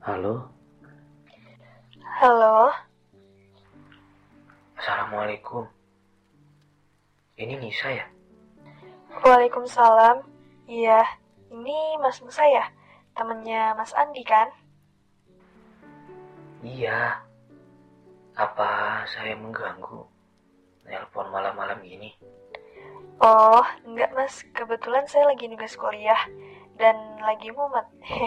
Halo, Halo, Assalamualaikum. Ini Nisa ya? Waalaikumsalam. Iya, ini Mas Musa ya? Temennya Mas Andi kan? Iya, apa saya mengganggu? Nelpon malam-malam gini. Oh, enggak Mas. Kebetulan saya lagi nugas kuliah dan lagi mumet.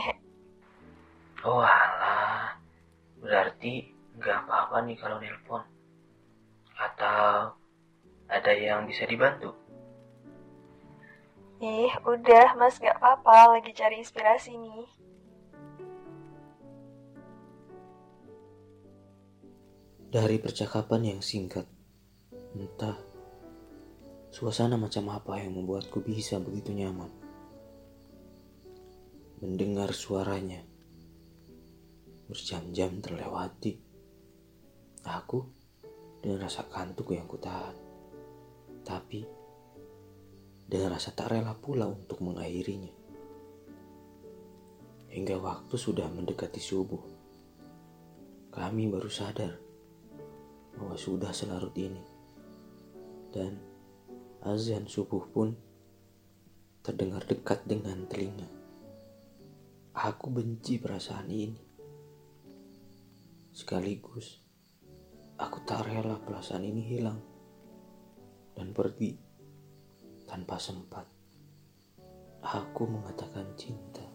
Oh alah, berarti nggak apa-apa nih kalau nelpon. Atau ada yang bisa dibantu? Ih, udah Mas, gak apa-apa. Lagi cari inspirasi nih. Dari percakapan yang singkat, entah suasana macam apa yang membuatku bisa begitu nyaman mendengar suaranya. Berjam-jam terlewati, aku dengan rasa kantuk yang kutahan, tapi dengan rasa tak rela pula untuk mengakhirinya. Hingga waktu sudah mendekati subuh, kami baru sadar bahwa sudah selarut ini, dan azan subuh pun terdengar dekat dengan telinga. Aku benci perasaan ini. Sekaligus, aku tak rela perasaan ini hilang dan pergi tanpa sempat aku mengatakan cinta.